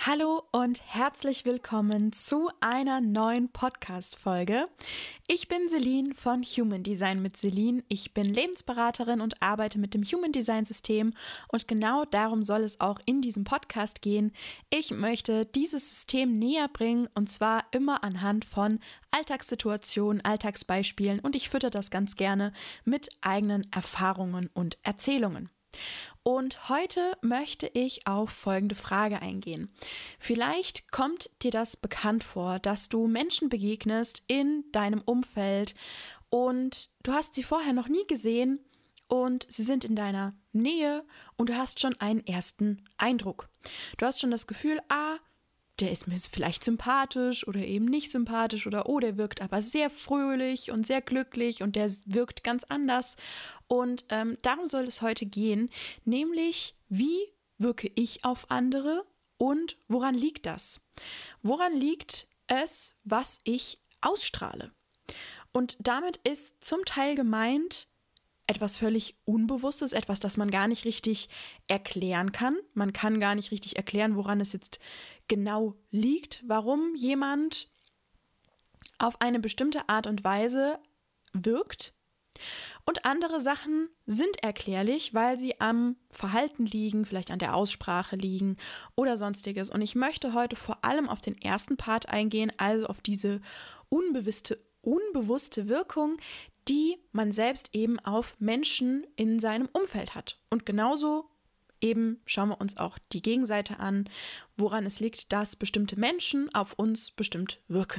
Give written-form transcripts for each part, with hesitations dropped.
Hallo und herzlich willkommen zu einer neuen Podcast-Folge. Ich bin Celine von Human Design mit Celine. Ich bin Lebensberaterin und arbeite mit dem Human Design System und genau darum soll es auch in diesem Podcast gehen. Ich möchte dieses System näher bringen und zwar immer anhand von Alltagssituationen, Alltagsbeispielen und ich fütter das ganz gerne mit eigenen Erfahrungen und Erzählungen. Und heute möchte ich auf folgende Frage eingehen. Vielleicht kommt dir das bekannt vor, dass du Menschen begegnest in deinem Umfeld und du hast sie vorher noch nie gesehen und sie sind in deiner Nähe und du hast schon einen ersten Eindruck. Du hast schon das Gefühl, der ist mir vielleicht sympathisch oder eben nicht sympathisch oder der wirkt aber sehr fröhlich und sehr glücklich und der wirkt ganz anders. Und darum soll es heute gehen, nämlich wie wirke ich auf andere und woran liegt das? Woran liegt es, was ich ausstrahle? Und damit ist zum Teil gemeint, etwas völlig Unbewusstes, etwas, das man gar nicht richtig erklären kann. Man kann gar nicht richtig erklären, woran es jetzt genau liegt, warum jemand auf eine bestimmte Art und Weise wirkt. Und andere Sachen sind erklärlich, weil sie am Verhalten liegen, vielleicht an der Aussprache liegen oder sonstiges. Und ich möchte heute vor allem auf den ersten Part eingehen, also auf diese unbewusste Wirkung, die man selbst eben auf Menschen in seinem Umfeld hat. Und genauso eben schauen wir uns auch die Gegenseite an, woran es liegt, dass bestimmte Menschen auf uns bestimmt wirken.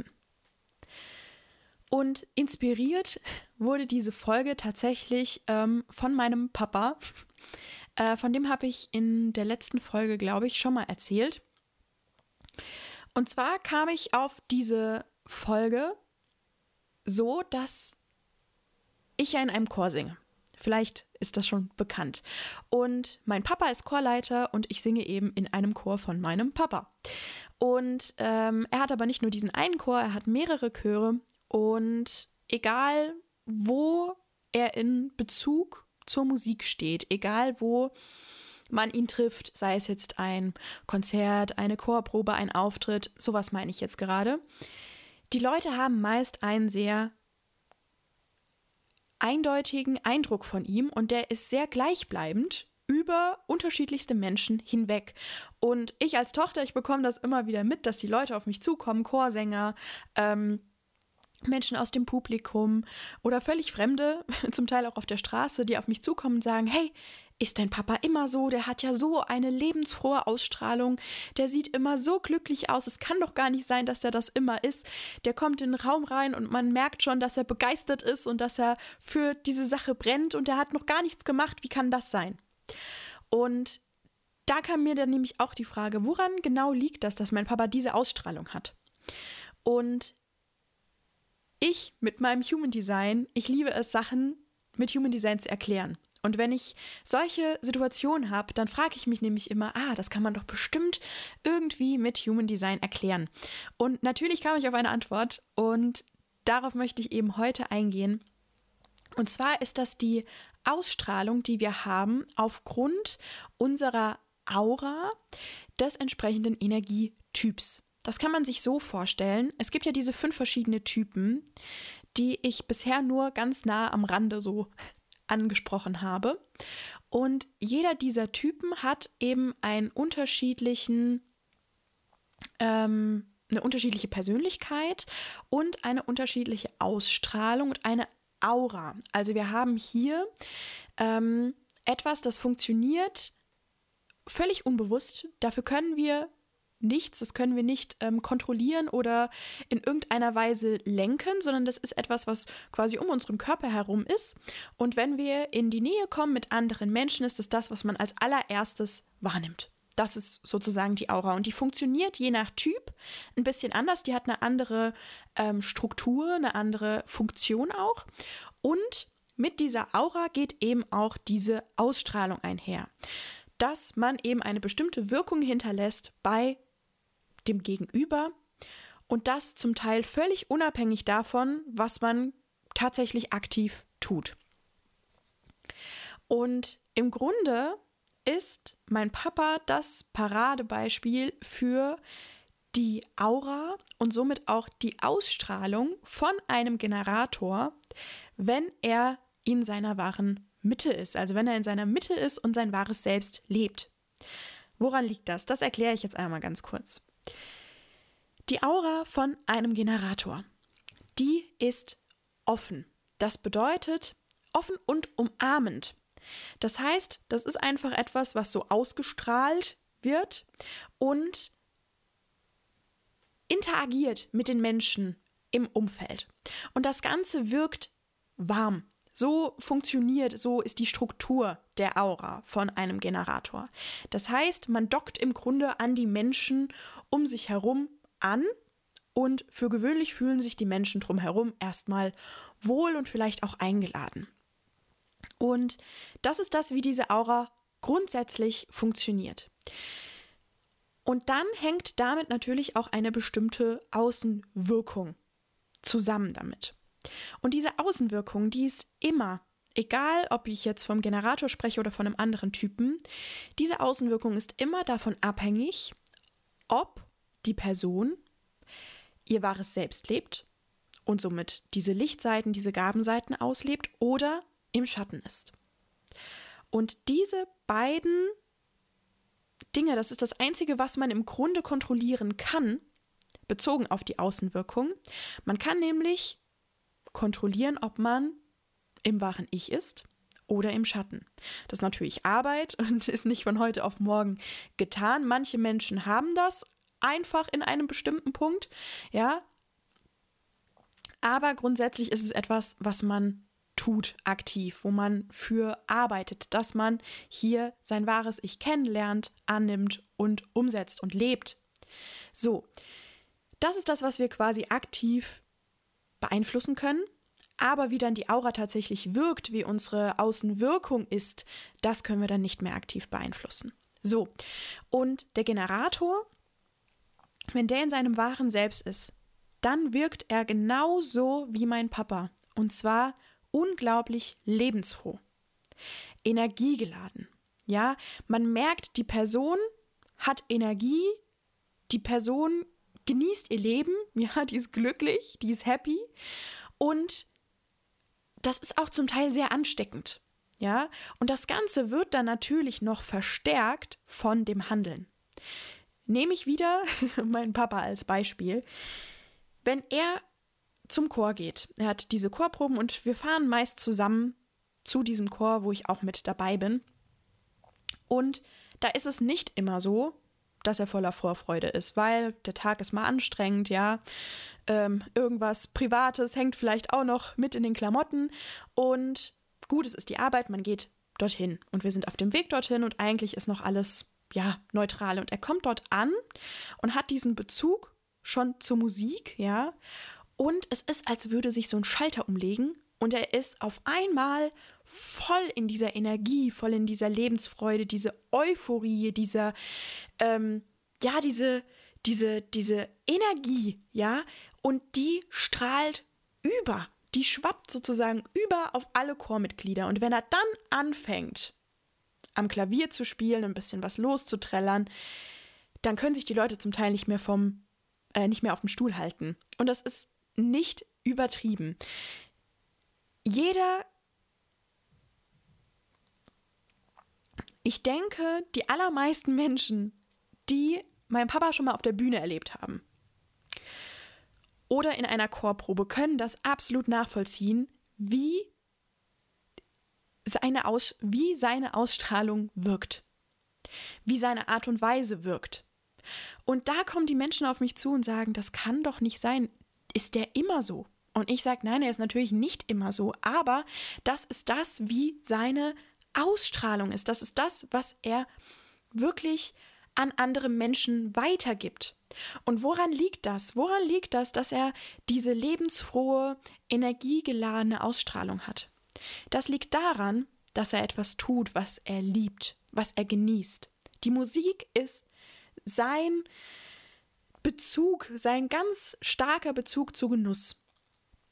Und inspiriert wurde diese Folge tatsächlich von meinem Papa. Von dem habe ich in der letzten Folge, glaube ich, schon mal erzählt. Und zwar kam ich auf diese Folge so, dass ich ja in einem Chor singe. Vielleicht ist das schon bekannt. Und mein Papa ist Chorleiter und ich singe eben in einem Chor von meinem Papa. Und er hat aber nicht nur diesen einen Chor, er hat mehrere Chöre. Und egal, wo er in Bezug zur Musik steht, egal wo man ihn trifft, sei es jetzt ein Konzert, eine Chorprobe, ein Auftritt, sowas meine ich jetzt gerade, die Leute haben meist einen sehr eindeutigen Eindruck von ihm und der ist sehr gleichbleibend über unterschiedlichste Menschen hinweg. Und ich als Tochter, ich bekomme das immer wieder mit, dass die Leute auf mich zukommen, Chorsänger, Menschen aus dem Publikum oder völlig Fremde, zum Teil auch auf der Straße, die auf mich zukommen und sagen, hey, ist dein Papa immer so? Der hat ja so eine lebensfrohe Ausstrahlung, der sieht immer so glücklich aus, es kann doch gar nicht sein, dass er das immer ist. Der kommt in den Raum rein und man merkt schon, dass er begeistert ist und dass er für diese Sache brennt und er hat noch gar nichts gemacht, wie kann das sein? Und da kam mir dann nämlich auch die Frage, woran genau liegt das, dass mein Papa diese Ausstrahlung hat? Und ich mit meinem Human Design, ich liebe es, Sachen mit Human Design zu erklären. Und wenn ich solche Situationen habe, dann frage ich mich nämlich immer, das kann man doch bestimmt irgendwie mit Human Design erklären. Und natürlich kam ich auf eine Antwort und darauf möchte ich eben heute eingehen. Und zwar ist das die Ausstrahlung, die wir haben aufgrund unserer Aura des entsprechenden Energietyps. Das kann man sich so vorstellen. Es gibt ja diese 5 verschiedene Typen, die ich bisher nur ganz nah am Rande so angesprochen habe. Und jeder dieser Typen hat eben eine unterschiedliche Persönlichkeit und eine unterschiedliche Ausstrahlung und eine Aura. Also wir haben hier etwas, das funktioniert völlig unbewusst. Dafür können wir nichts, das können wir nicht kontrollieren oder in irgendeiner Weise lenken, sondern das ist etwas, was quasi um unseren Körper herum ist. Und wenn wir in die Nähe kommen mit anderen Menschen, ist es das, was man als allererstes wahrnimmt. Das ist sozusagen die Aura und die funktioniert je nach Typ ein bisschen anders. Die hat eine andere Struktur, eine andere Funktion auch. Und mit dieser Aura geht eben auch diese Ausstrahlung einher, dass man eben eine bestimmte Wirkung hinterlässt bei dem Gegenüber und das zum Teil völlig unabhängig davon, was man tatsächlich aktiv tut. Und im Grunde ist mein Papa das Paradebeispiel für die Aura und somit auch die Ausstrahlung von einem Generator, wenn er in seiner wahren Mitte ist, also wenn er in seiner Mitte ist und sein wahres Selbst lebt. Woran liegt das? Das erkläre ich jetzt einmal ganz kurz. Die Aura von einem Generator, die ist offen. Das bedeutet offen und umarmend. Das heißt, das ist einfach etwas, was so ausgestrahlt wird und interagiert mit den Menschen im Umfeld. Und das Ganze wirkt warm. So funktioniert, so ist die Struktur der Aura von einem Generator. Das heißt, man dockt im Grunde an die Menschen um sich herum an und für gewöhnlich fühlen sich die Menschen drumherum erstmal wohl und vielleicht auch eingeladen. Und das ist das, wie diese Aura grundsätzlich funktioniert. Und dann hängt damit natürlich auch eine bestimmte Außenwirkung zusammen damit. Und diese Außenwirkung, die ist immer, egal ob ich jetzt vom Generator spreche oder von einem anderen Typen, diese Außenwirkung ist immer davon abhängig, ob die Person ihr wahres Selbst lebt und somit diese Lichtseiten, diese Gabenseiten auslebt oder im Schatten ist. Und diese beiden Dinge, das ist das Einzige, was man im Grunde kontrollieren kann, bezogen auf die Außenwirkung. Man kann nämlich kontrollieren, ob man im wahren Ich ist oder im Schatten. Das ist natürlich Arbeit und ist nicht von heute auf morgen getan. Manche Menschen haben das einfach in einem bestimmten Punkt, ja. Aber grundsätzlich ist es etwas, was man tut aktiv, wo man für arbeitet, dass man hier sein wahres Ich kennenlernt, annimmt und umsetzt und lebt. So, das ist das, was wir quasi aktiv beeinflussen können. Aber wie dann die Aura tatsächlich wirkt, wie unsere Außenwirkung ist, das können wir dann nicht mehr aktiv beeinflussen. So, und der Generator, wenn der in seinem wahren Selbst ist, dann wirkt er genauso wie mein Papa. Und zwar unglaublich lebensfroh, energiegeladen. Ja, man merkt, die Person hat Energie, die Person genießt ihr Leben, ja, die ist glücklich, die ist happy und das ist auch zum Teil sehr ansteckend, ja. Und das Ganze wird dann natürlich noch verstärkt von dem Handeln. Nehme ich wieder meinen Papa als Beispiel. Wenn er zum Chor geht, er hat diese Chorproben und wir fahren meist zusammen zu diesem Chor, wo ich auch mit dabei bin. Und da ist es nicht immer so, dass er voller Vorfreude ist, weil der Tag ist mal anstrengend, ja. Irgendwas Privates hängt vielleicht auch noch mit in den Klamotten und gut, es ist die Arbeit, man geht dorthin und wir sind auf dem Weg dorthin und eigentlich ist noch alles, ja, neutral und er kommt dort an und hat diesen Bezug schon zur Musik, ja, und es ist, als würde sich so ein Schalter umlegen und er ist auf einmal voll in dieser Energie, voll in dieser Lebensfreude, diese Euphorie, diese Energie, ja, und die strahlt über, die schwappt sozusagen über auf alle Chormitglieder. Und wenn er dann anfängt, am Klavier zu spielen, ein bisschen was loszuträllern, dann können sich die Leute zum Teil nicht mehr auf dem Stuhl halten. Und das ist nicht übertrieben. Ich denke, die allermeisten Menschen, die meinen Papa schon mal auf der Bühne erlebt haben oder in einer Chorprobe, können das absolut nachvollziehen, wie seine Ausstrahlung wirkt, wie seine Art und Weise wirkt. Und da kommen die Menschen auf mich zu und sagen, das kann doch nicht sein. Ist der immer so? Und ich sage, nein, er ist natürlich nicht immer so, aber das ist das, wie seine Ausstrahlung ist. Das ist das, was er wirklich an andere Menschen weitergibt. Und woran liegt das? Woran liegt das, dass er diese lebensfrohe, energiegeladene Ausstrahlung hat? Das liegt daran, dass er etwas tut, was er liebt, was er genießt. Die Musik ist sein Bezug, sein ganz starker Bezug zu Genuss.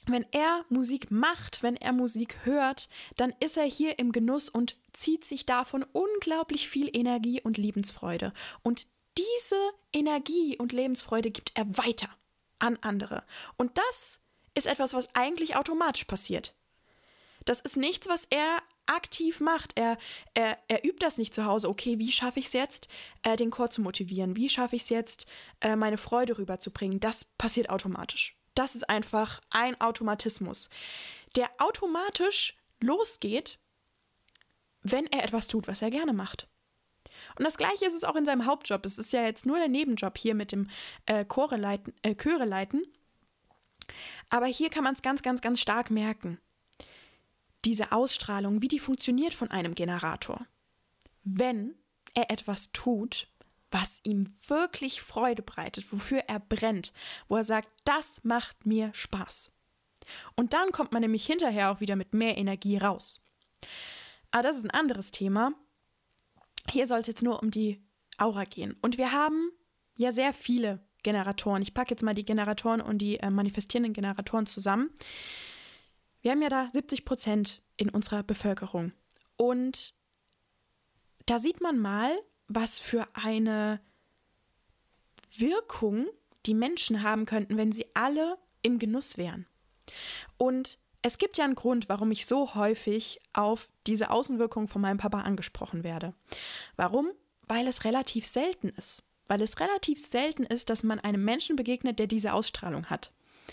wenn er Musik macht, wenn er Musik hört, dann ist er hier im Genuss und zieht sich davon unglaublich viel Energie und Lebensfreude. Und diese Energie und Lebensfreude gibt er weiter an andere. Und das ist etwas, was eigentlich automatisch passiert. Das ist nichts, was er aktiv macht. Er übt das nicht zu Hause. Okay, wie schaffe ich es jetzt, den Chor zu motivieren? Wie schaffe ich es jetzt, meine Freude rüberzubringen? Das passiert automatisch. Das ist einfach ein Automatismus, der automatisch losgeht, wenn er etwas tut, was er gerne macht. Und das Gleiche ist es auch in seinem Hauptjob. Es ist ja jetzt nur der Nebenjob hier mit dem Chöre leiten. Aber hier kann man es ganz, ganz, ganz stark merken. Diese Ausstrahlung, wie die funktioniert von einem Generator. Wenn er etwas tut, was ihm wirklich Freude bereitet, wofür er brennt, wo er sagt, das macht mir Spaß. Und dann kommt man nämlich hinterher auch wieder mit mehr Energie raus. Aber das ist ein anderes Thema. Hier soll es jetzt nur um die Aura gehen. Und wir haben ja sehr viele Generatoren. Ich packe jetzt mal die Generatoren und die manifestierenden Generatoren zusammen. Wir haben ja da 70% in unserer Bevölkerung. Und da sieht man mal, was für eine Wirkung die Menschen haben könnten, wenn sie alle im Genuss wären. Und es gibt ja einen Grund, warum ich so häufig auf diese Außenwirkung von meinem Papa angesprochen werde. Warum? Weil es relativ selten ist. Weil es relativ selten ist, dass man einem Menschen begegnet, der diese Ausstrahlung hat.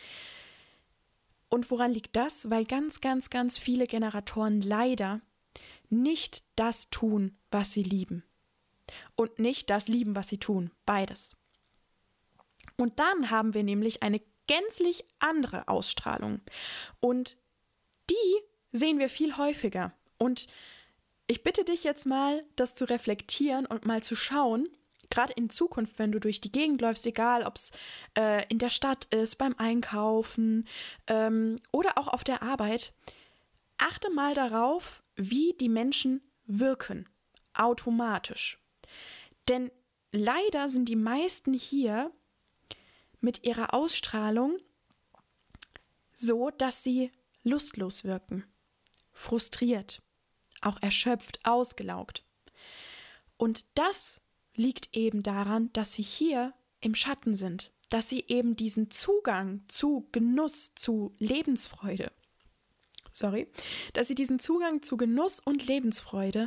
Und woran liegt das? Weil ganz, ganz, ganz viele Generatoren leider nicht das tun, was sie lieben. Und nicht das lieben, was sie tun. Beides. Und dann haben wir nämlich eine gänzlich andere Ausstrahlung. Und die sehen wir viel häufiger. Und ich bitte dich jetzt mal, das zu reflektieren und mal zu schauen, gerade in Zukunft, wenn du durch die Gegend läufst, egal ob es in der Stadt ist, beim Einkaufen oder auch auf der Arbeit, achte mal darauf, wie die Menschen wirken, automatisch. Denn leider sind die meisten hier mit ihrer Ausstrahlung so, dass sie lustlos wirken, frustriert, auch erschöpft, ausgelaugt. Und das liegt eben daran, dass sie hier im Schatten sind, dass sie eben diesen Zugang zu Genuss, zu Lebensfreude, dass sie diesen Zugang zu Genuss und Lebensfreude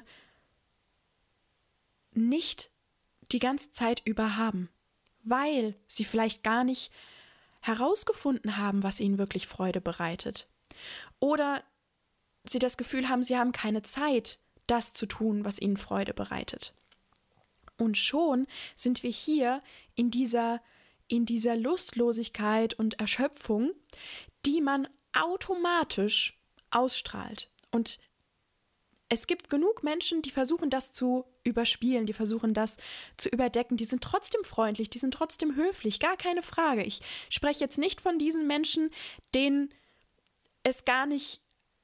nicht die ganze Zeit über haben, weil sie vielleicht gar nicht herausgefunden haben, was ihnen wirklich Freude bereitet. Oder sie das Gefühl haben, sie haben keine Zeit, das zu tun, was ihnen Freude bereitet. Und schon sind wir hier in dieser Lustlosigkeit und Erschöpfung, die man automatisch ausstrahlt. Und es gibt genug Menschen, die versuchen, das zu überspielen, die versuchen, das zu überdecken. Die sind trotzdem freundlich, die sind trotzdem höflich, gar keine Frage. Ich spreche jetzt nicht von diesen Menschen, denen es gar nicht,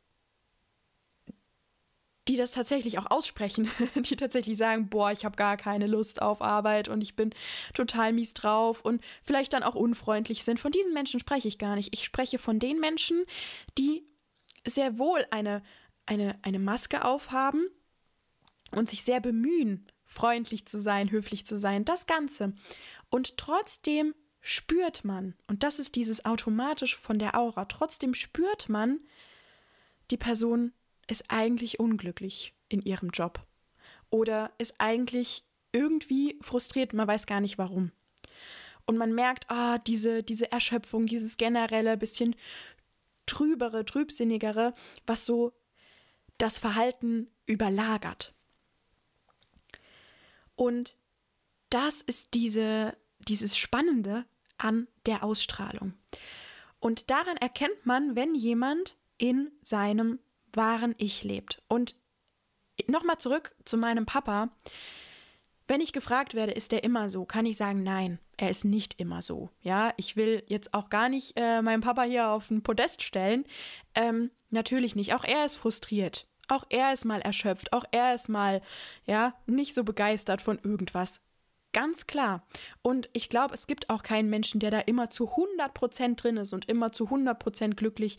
die das tatsächlich auch aussprechen, die tatsächlich sagen, boah, ich habe gar keine Lust auf Arbeit und ich bin total mies drauf und vielleicht dann auch unfreundlich sind. Von diesen Menschen spreche ich gar nicht. Ich spreche von den Menschen, die sehr wohl eine Maske aufhaben und sich sehr bemühen, freundlich zu sein, höflich zu sein, das Ganze. Und trotzdem spürt man, und das ist dieses automatisch von der Aura, trotzdem spürt man, die Person ist eigentlich unglücklich in ihrem Job oder ist eigentlich irgendwie frustriert, man weiß gar nicht warum. Und man merkt, diese Erschöpfung, dieses generelle, bisschen trübere, trübsinnigere, was so das Verhalten überlagert. Und das ist dieses Spannende an der Ausstrahlung. Und daran erkennt man, wenn jemand in seinem wahren Ich lebt. Und nochmal zurück zu meinem Papa. Wenn ich gefragt werde, ist er immer so, kann ich sagen, nein, er ist nicht immer so. Ja, ich will jetzt auch gar nicht meinen Papa hier auf ein Podest stellen. Natürlich nicht. Auch er ist frustriert. Auch er ist mal erschöpft. Auch er ist mal, ja, nicht so begeistert von irgendwas. Ganz klar. Und ich glaube, es gibt auch keinen Menschen, der da immer zu 100% drin ist und immer zu 100% glücklich.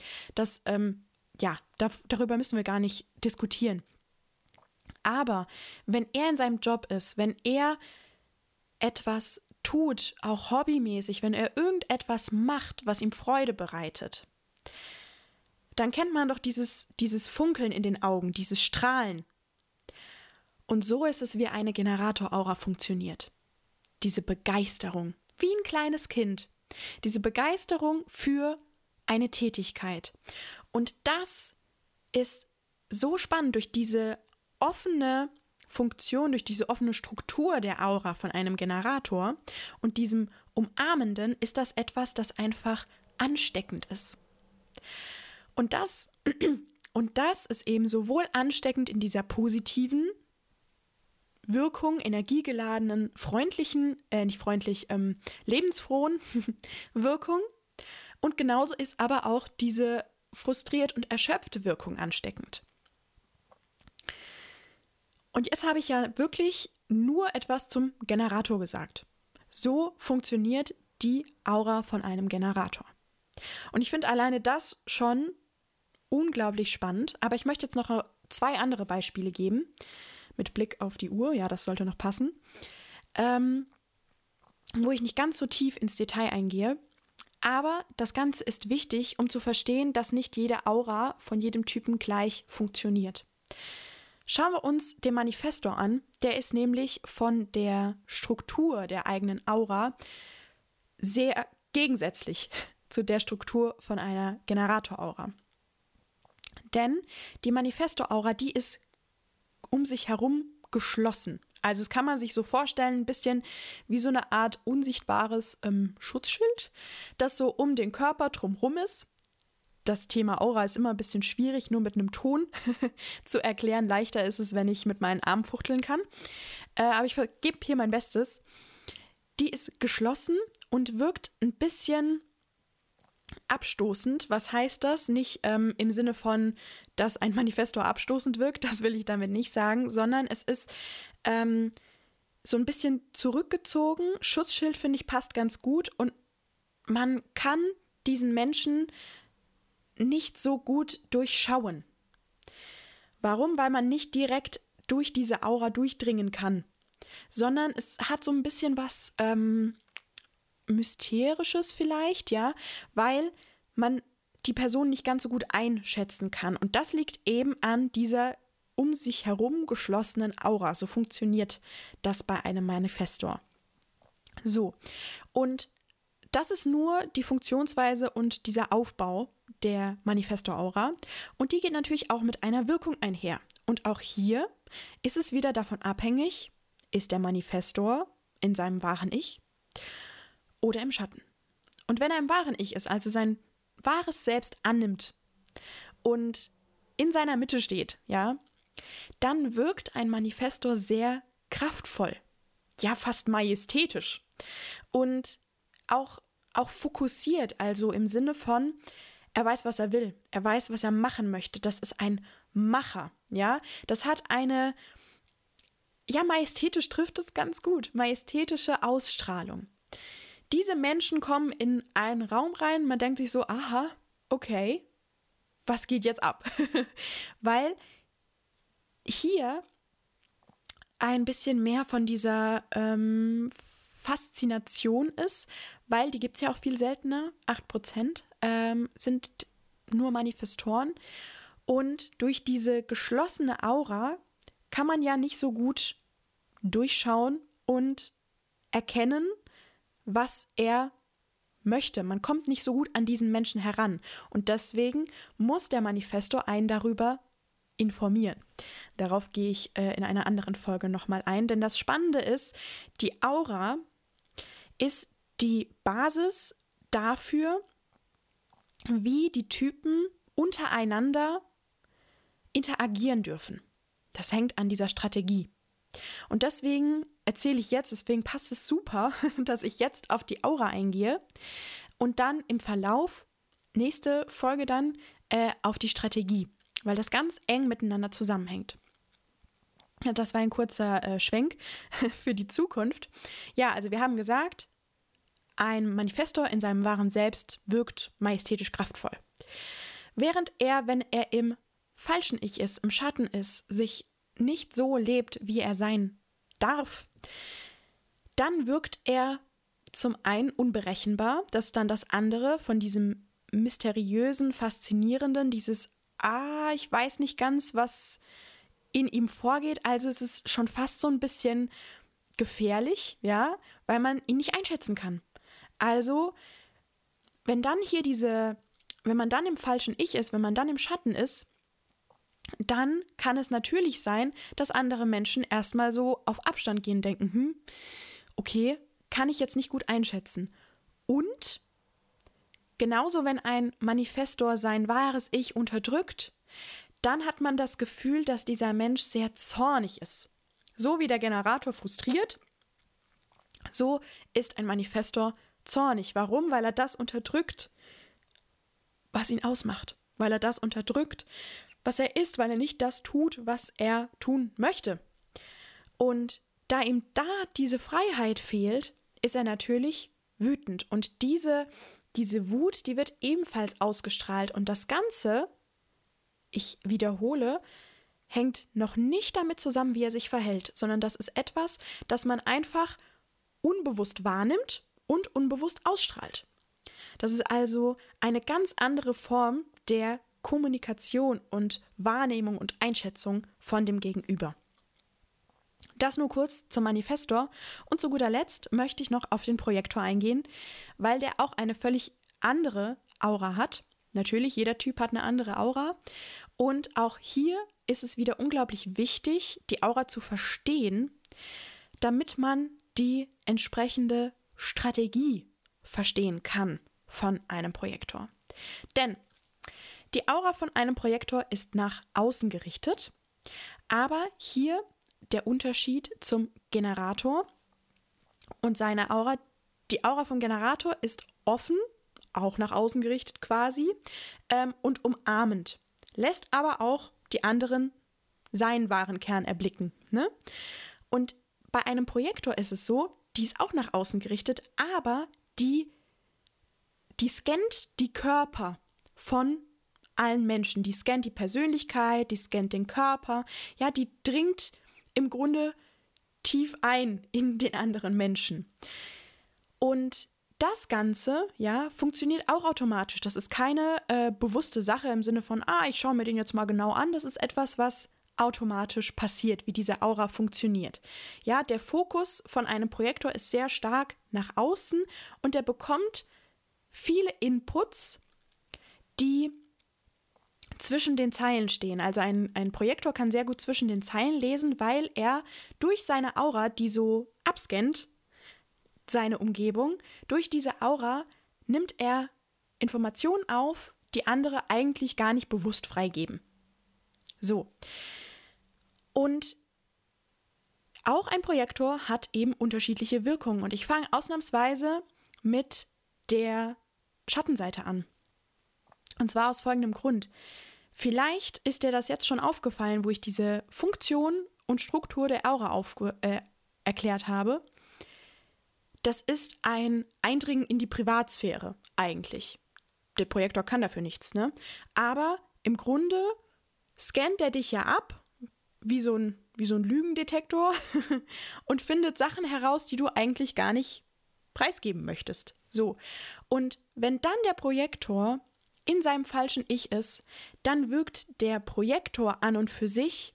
Darüber müssen wir gar nicht diskutieren. Aber wenn er in seinem Job ist, wenn er etwas tut, auch hobbymäßig, wenn er irgendetwas macht, was ihm Freude bereitet, dann kennt man doch dieses Funkeln in den Augen, dieses Strahlen. Und so ist es, wie eine Generator-Aura funktioniert. Diese Begeisterung, wie ein kleines Kind. Diese Begeisterung für eine Tätigkeit. Und das ist so spannend durch diese offene Funktion, durch diese offene Struktur der Aura von einem Generator und diesem Umarmenden ist das etwas, das einfach ansteckend ist. Und das ist eben sowohl ansteckend in dieser positiven Wirkung, energiegeladenen, lebensfrohen Wirkung. Und genauso ist aber auch diese frustriert und erschöpfte Wirkung ansteckend. Und jetzt habe ich ja wirklich nur etwas zum Generator gesagt. So funktioniert die Aura von einem Generator. Und ich finde alleine das schon unglaublich spannend, aber ich möchte jetzt noch 2 andere Beispiele geben, mit Blick auf die Uhr, ja, das sollte noch passen, wo ich nicht ganz so tief ins Detail eingehe, aber das Ganze ist wichtig, um zu verstehen, dass nicht jede Aura von jedem Typen gleich funktioniert. Schauen wir uns den Manifestor an, der ist nämlich von der Struktur der eigenen Aura sehr gegensätzlich zu der Struktur von einer Generator-Aura. Denn die Manifestor-Aura, die ist um sich herum geschlossen. Also das kann man sich so vorstellen, ein bisschen wie so eine Art unsichtbares Schutzschild, das so um den Körper drumherum ist. Das Thema Aura ist immer ein bisschen schwierig, nur mit einem Ton zu erklären. Leichter ist es, wenn ich mit meinen Armen fuchteln kann. Aber ich gebe hier mein Bestes. Die ist geschlossen und wirkt ein bisschen abstoßend. Was heißt das? Nicht im Sinne von, dass ein Manifestor abstoßend wirkt, das will ich damit nicht sagen, sondern es ist so ein bisschen zurückgezogen. Schutzschild, finde ich, passt ganz gut und man kann diesen Menschen nicht so gut durchschauen. Warum? Weil man nicht direkt durch diese Aura durchdringen kann, sondern es hat so ein bisschen was Mysterisches vielleicht, ja, weil man die Person nicht ganz so gut einschätzen kann. Und das liegt eben an dieser um sich herum geschlossenen Aura. So funktioniert das bei einem Manifestor. So, und das ist nur die Funktionsweise und dieser Aufbau der Manifestor-Aura. Und die geht natürlich auch mit einer Wirkung einher. Und auch hier ist es wieder davon abhängig, ist der Manifestor in seinem wahren Ich oder im Schatten. Und wenn er im wahren Ich ist, also sein wahres Selbst annimmt und in seiner Mitte steht, ja, dann wirkt ein Manifestor sehr kraftvoll, ja, fast majestätisch und auch fokussiert, also im Sinne von, er weiß, was er will, er weiß, was er machen möchte, das ist ein Macher, ja, das hat eine, ja, majestätisch trifft es ganz gut, majestätische Ausstrahlung. Diese Menschen kommen in einen Raum rein, man denkt sich so, aha, okay, was geht jetzt ab? Weil hier ein bisschen mehr von dieser Faszination ist, weil die gibt es ja auch viel seltener, 8% sind nur Manifestoren und durch diese geschlossene Aura kann man ja nicht so gut durchschauen und erkennen, was er möchte. Man kommt nicht so gut an diesen Menschen heran und deswegen muss der Manifestor einen darüber informieren. Darauf gehe ich in einer anderen Folge nochmal ein, denn das Spannende ist, die Aura ist die Basis dafür, wie die Typen untereinander interagieren dürfen. Das hängt an dieser Strategie. Und deswegen erzähle ich jetzt, deswegen passt es super, dass ich jetzt auf die Aura eingehe und dann im Verlauf, nächste Folge dann, auf die Strategie, weil das ganz eng miteinander zusammenhängt. Das war ein kurzer Schwenk für die Zukunft. Ja, also wir haben gesagt, ein Manifestor in seinem wahren Selbst wirkt majestätisch kraftvoll. Während er, wenn er im falschen Ich ist, im Schatten ist, sich nicht so lebt, wie er sein darf, dann wirkt er zum einen unberechenbar, das ist dann das andere von diesem mysteriösen, faszinierenden, dieses, ich weiß nicht ganz, was in ihm vorgeht, also es ist schon fast so ein bisschen gefährlich, ja, weil man ihn nicht einschätzen kann. Also, wenn man dann im falschen Ich ist, wenn man dann im Schatten ist, dann kann es natürlich sein, dass andere Menschen erstmal so auf Abstand gehen, denken, okay, kann ich jetzt nicht gut einschätzen. Und genauso, wenn ein Manifestor sein wahres Ich unterdrückt, dann hat man das Gefühl, dass dieser Mensch sehr zornig ist. So wie der Generator frustriert, so ist ein Manifestor zornig. Warum? Weil er das unterdrückt, was ihn ausmacht. Weil er das unterdrückt, was er ist, weil er nicht das tut, was er tun möchte. Und da ihm da diese Freiheit fehlt, ist er natürlich wütend. Und diese Wut, die wird ebenfalls ausgestrahlt. Und das Ganze, ich wiederhole, hängt noch nicht damit zusammen, wie er sich verhält, sondern das ist etwas, das man einfach unbewusst wahrnimmt und unbewusst ausstrahlt. Das ist also eine ganz andere Form der Kommunikation und Wahrnehmung und Einschätzung von dem Gegenüber. Das nur kurz zum Manifestor. Und zu guter Letzt möchte ich noch auf den Projektor eingehen, weil der auch eine völlig andere Aura hat. Natürlich, jeder Typ hat eine andere Aura. Und auch hier ist es wieder unglaublich wichtig, die Aura zu verstehen, damit man die entsprechende Strategie verstehen kann von einem Projektor. Denn die Aura von einem Projektor ist nach außen gerichtet, aber hier der Unterschied zum Generator und seiner Aura. Die Aura vom Generator ist offen, auch nach außen gerichtet quasi, und umarmend, lässt aber auch die anderen seinen wahren Kern erblicken. Ne? Und bei einem Projektor ist es so, die ist auch nach außen gerichtet, aber die scannt die Körper von allen Menschen. Die scannt die Persönlichkeit, die scannt den Körper. Ja, die dringt im Grunde tief ein in den anderen Menschen. Und das Ganze, ja, funktioniert auch automatisch. Das ist keine bewusste Sache im Sinne von, ich schaue mir den jetzt mal genau an. Das ist etwas, was automatisch passiert, wie diese Aura funktioniert. Ja, der Fokus von einem Projektor ist sehr stark nach außen und er bekommt viele Inputs, die zwischen den Zeilen stehen. Also ein Projektor kann sehr gut zwischen den Zeilen lesen, weil er durch seine Aura, die so abscannt, seine Umgebung, durch diese Aura nimmt er Informationen auf, die andere eigentlich gar nicht bewusst freigeben. So. Und auch ein Projektor hat eben unterschiedliche Wirkungen. Und ich fange ausnahmsweise mit der Schattenseite an. Und zwar aus folgendem Grund. Vielleicht ist dir das jetzt schon aufgefallen, wo ich diese Funktion und Struktur der Aura erklärt habe. Das ist ein Eindringen in die Privatsphäre eigentlich. Der Projektor kann dafür nichts, ne? Aber im Grunde scannt er dich ja ab, wie so ein Lügendetektor und findet Sachen heraus, die du eigentlich gar nicht preisgeben möchtest. So. Und wenn dann der Projektor in seinem falschen Ich ist, dann wirkt der Projektor an und für sich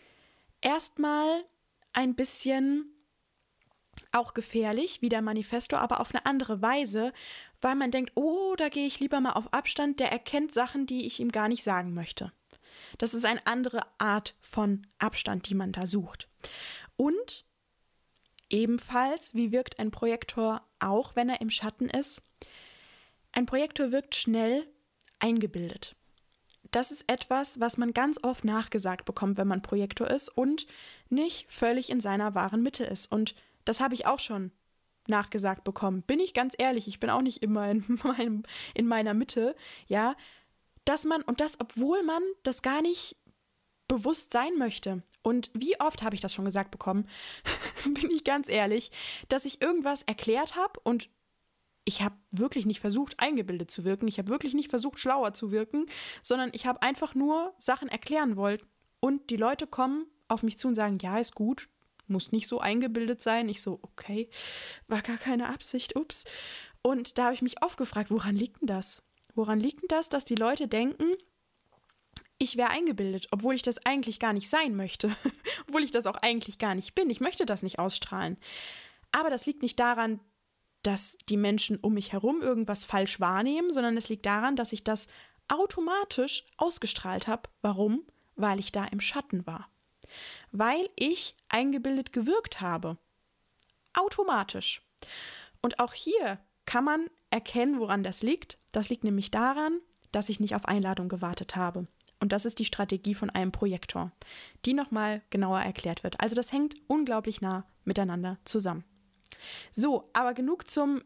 erstmal ein bisschen auch gefährlich, wie der Manifestor, aber auf eine andere Weise, weil man denkt, da gehe ich lieber mal auf Abstand, der erkennt Sachen, die ich ihm gar nicht sagen möchte. Das ist eine andere Art von Abstand, die man da sucht. Und ebenfalls, wie wirkt ein Projektor auch, wenn er im Schatten ist? Ein Projektor wirkt schnell eingebildet. Das ist etwas, was man ganz oft nachgesagt bekommt, wenn man Projektor ist und nicht völlig in seiner wahren Mitte ist. Und das habe ich auch schon nachgesagt bekommen. Bin ich ganz ehrlich, ich bin auch nicht immer in meiner Mitte, ja, obwohl man das gar nicht bewusst sein möchte. Und wie oft habe ich das schon gesagt bekommen, bin ich ganz ehrlich, dass ich irgendwas erklärt habe und ich habe wirklich nicht versucht, eingebildet zu wirken. Ich habe wirklich nicht versucht, schlauer zu wirken, sondern ich habe einfach nur Sachen erklären wollen. Und die Leute kommen auf mich zu und sagen, ja, ist gut, muss nicht so eingebildet sein. Ich so, okay, war gar keine Absicht, ups. Und da habe ich mich oft gefragt, woran liegt denn das? Woran liegt denn das, dass die Leute denken, ich wäre eingebildet, obwohl ich das eigentlich gar nicht sein möchte, obwohl ich das auch eigentlich gar nicht bin. Ich möchte das nicht ausstrahlen. Aber das liegt nicht daran, dass die Menschen um mich herum irgendwas falsch wahrnehmen, sondern es liegt daran, dass ich das automatisch ausgestrahlt habe. Warum? Weil ich da im Schatten war. Weil ich eingebildet gewirkt habe. Automatisch. Und auch hier kann man erkennen, woran das liegt. Das liegt nämlich daran, dass ich nicht auf Einladung gewartet habe. Und das ist die Strategie von einem Projektor, die nochmal genauer erklärt wird. Also das hängt unglaublich nah miteinander zusammen. So, aber genug zu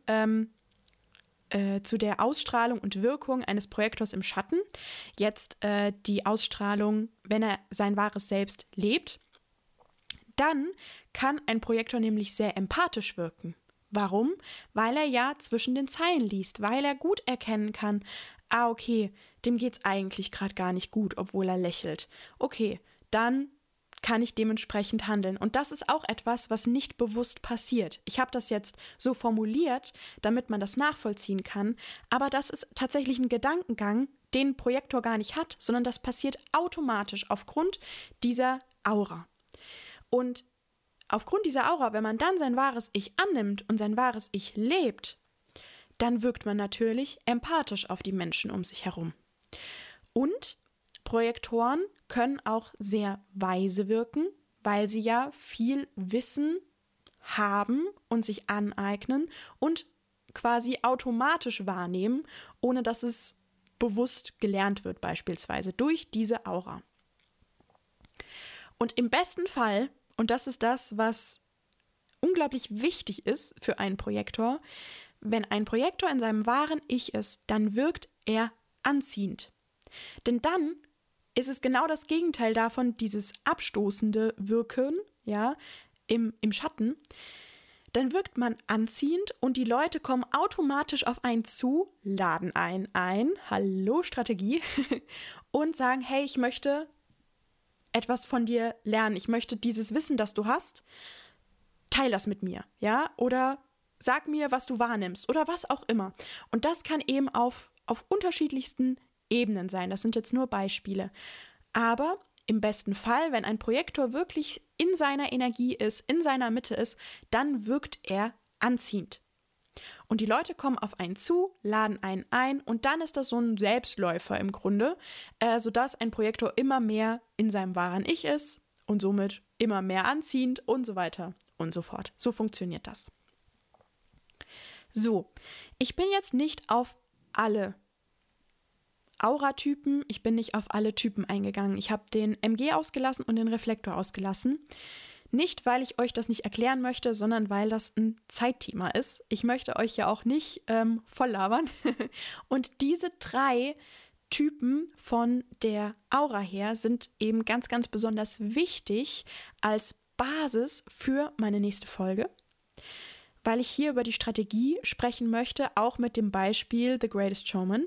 der Ausstrahlung und Wirkung eines Projektors im Schatten. Jetzt die Ausstrahlung, wenn er sein wahres Selbst lebt. Dann kann ein Projektor nämlich sehr empathisch wirken. Warum? Weil er ja zwischen den Zeilen liest, weil er gut erkennen kann, okay, dem geht's eigentlich gerade gar nicht gut, obwohl er lächelt. Okay, dann kann ich dementsprechend handeln. Und das ist auch etwas, was nicht bewusst passiert. Ich habe das jetzt so formuliert, damit man das nachvollziehen kann, aber das ist tatsächlich ein Gedankengang, den ein Projektor gar nicht hat, sondern das passiert automatisch aufgrund dieser Aura. Und aufgrund dieser Aura, wenn man dann sein wahres Ich annimmt und sein wahres Ich lebt, dann wirkt man natürlich empathisch auf die Menschen um sich herum. Und Projektoren können auch sehr weise wirken, weil sie ja viel Wissen haben und sich aneignen und quasi automatisch wahrnehmen, ohne dass es bewusst gelernt wird, beispielsweise durch diese Aura. Und im besten Fall, und das ist das, was unglaublich wichtig ist für einen Projektor, wenn ein Projektor in seinem wahren Ich ist, dann wirkt er anziehend. Denn dann ist es genau das Gegenteil davon, dieses abstoßende Wirken, ja, im Schatten. Dann wirkt man anziehend und die Leute kommen automatisch auf einen zu, laden einen ein, hallo Strategie, und sagen, hey, ich möchte etwas von dir lernen, ich möchte dieses Wissen, das du hast, teil das mit mir, ja, oder sag mir, was du wahrnimmst oder was auch immer. Und das kann eben auf unterschiedlichsten Ebenen sein. Das sind jetzt nur Beispiele. Aber im besten Fall, wenn ein Projektor wirklich in seiner Energie ist, in seiner Mitte ist, dann wirkt er anziehend. Und die Leute kommen auf einen zu, laden einen ein und dann ist das so ein Selbstläufer im Grunde, sodass ein Projektor immer mehr in seinem wahren Ich ist und somit immer mehr anziehend und so weiter und so fort. So funktioniert das. So, ich bin jetzt nicht auf alle Auratypen, ich bin nicht auf alle Typen eingegangen. Ich habe den MG ausgelassen und den Reflektor ausgelassen. Nicht, weil ich euch das nicht erklären möchte, sondern weil das ein Zeitthema ist. Ich möchte euch ja auch nicht voll labern. Und diese 3 Typen von der Aura her sind eben ganz, ganz besonders wichtig als Basis für meine nächste Folge, weil ich hier über die Strategie sprechen möchte, auch mit dem Beispiel The Greatest Showman.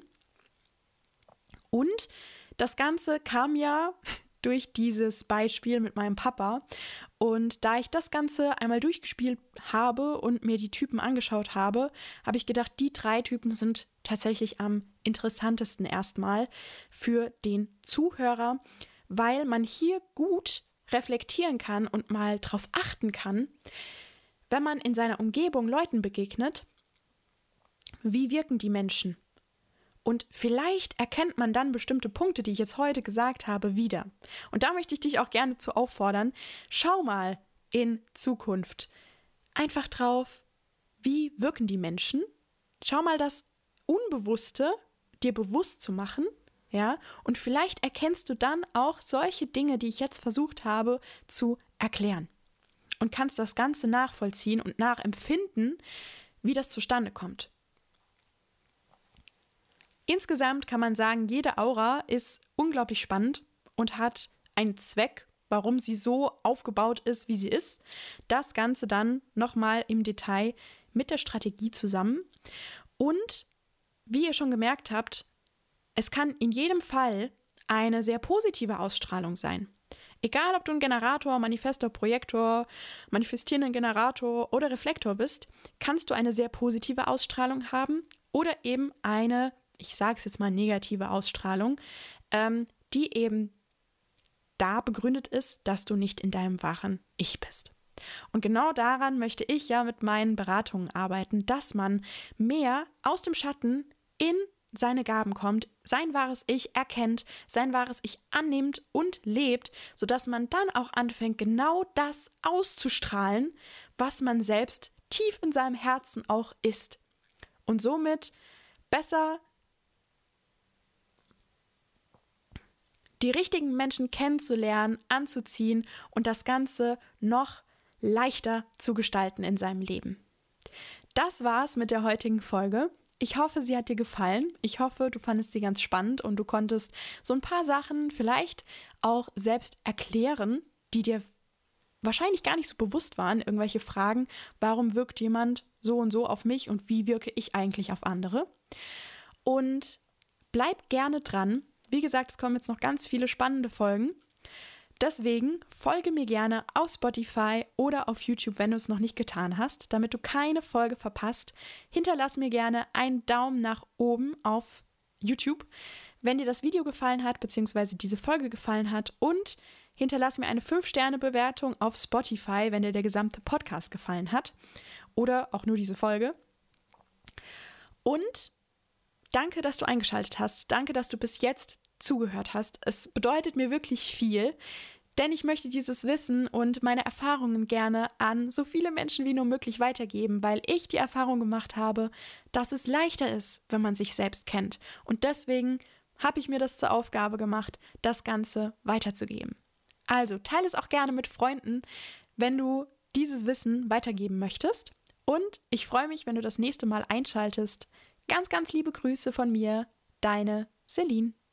Und das Ganze kam ja durch dieses Beispiel mit meinem Papa. Und da ich das Ganze einmal durchgespielt habe und mir die Typen angeschaut habe, habe ich gedacht, die 3 Typen sind tatsächlich am interessantesten erstmal für den Zuhörer, weil man hier gut reflektieren kann und mal drauf achten kann, wenn man in seiner Umgebung Leuten begegnet, wie wirken die Menschen? Und vielleicht erkennt man dann bestimmte Punkte, die ich jetzt heute gesagt habe, wieder. Und da möchte ich dich auch gerne zu auffordern, schau mal in Zukunft einfach drauf, wie wirken die Menschen? Schau mal das Unbewusste dir bewusst zu machen, ja? Und vielleicht erkennst du dann auch solche Dinge, die ich jetzt versucht habe zu erklären. Und kannst das Ganze nachvollziehen und nachempfinden, wie das zustande kommt. Insgesamt kann man sagen, jede Aura ist unglaublich spannend und hat einen Zweck, warum sie so aufgebaut ist, wie sie ist. Das Ganze dann nochmal im Detail mit der Strategie zusammen. Und wie ihr schon gemerkt habt, es kann in jedem Fall eine sehr positive Ausstrahlung sein. Egal, ob du ein Generator, Manifestor, Projektor, manifestierender Generator oder Reflektor bist, kannst du eine sehr positive Ausstrahlung haben oder eben eine, ich sage es jetzt mal, negative Ausstrahlung, die eben da begründet ist, dass du nicht in deinem wahren Ich bist. Und genau daran möchte ich ja mit meinen Beratungen arbeiten, dass man mehr aus dem Schatten in seine Gaben kommt, sein wahres Ich erkennt, sein wahres Ich annimmt und lebt, sodass man dann auch anfängt, genau das auszustrahlen, was man selbst tief in seinem Herzen auch ist. Und somit besser die richtigen Menschen kennenzulernen, anzuziehen und das Ganze noch leichter zu gestalten in seinem Leben. Das war's mit der heutigen Folge. Ich hoffe, sie hat dir gefallen. Ich hoffe, du fandest sie ganz spannend und du konntest so ein paar Sachen vielleicht auch selbst erklären, die dir wahrscheinlich gar nicht so bewusst waren. Irgendwelche Fragen, warum wirkt jemand so und so auf mich und wie wirke ich eigentlich auf andere? Und bleib gerne dran. Wie gesagt, es kommen jetzt noch ganz viele spannende Folgen. Deswegen folge mir gerne auf Spotify oder auf YouTube, wenn du es noch nicht getan hast, damit du keine Folge verpasst. Hinterlass mir gerne einen Daumen nach oben auf YouTube, wenn dir das Video gefallen hat, beziehungsweise diese Folge gefallen hat. Und hinterlass mir eine 5-Sterne-Bewertung auf Spotify, wenn dir der gesamte Podcast gefallen hat. Oder auch nur diese Folge. Und danke, dass du eingeschaltet hast. Danke, dass du bis jetzt zugehört hast. Es bedeutet mir wirklich viel, denn ich möchte dieses Wissen und meine Erfahrungen gerne an so viele Menschen wie nur möglich weitergeben, weil ich die Erfahrung gemacht habe, dass es leichter ist, wenn man sich selbst kennt. Und deswegen habe ich mir das zur Aufgabe gemacht, das Ganze weiterzugeben. Also teile es auch gerne mit Freunden, wenn du dieses Wissen weitergeben möchtest. Und ich freue mich, wenn du das nächste Mal einschaltest. Ganz, ganz liebe Grüße von mir, deine Celine.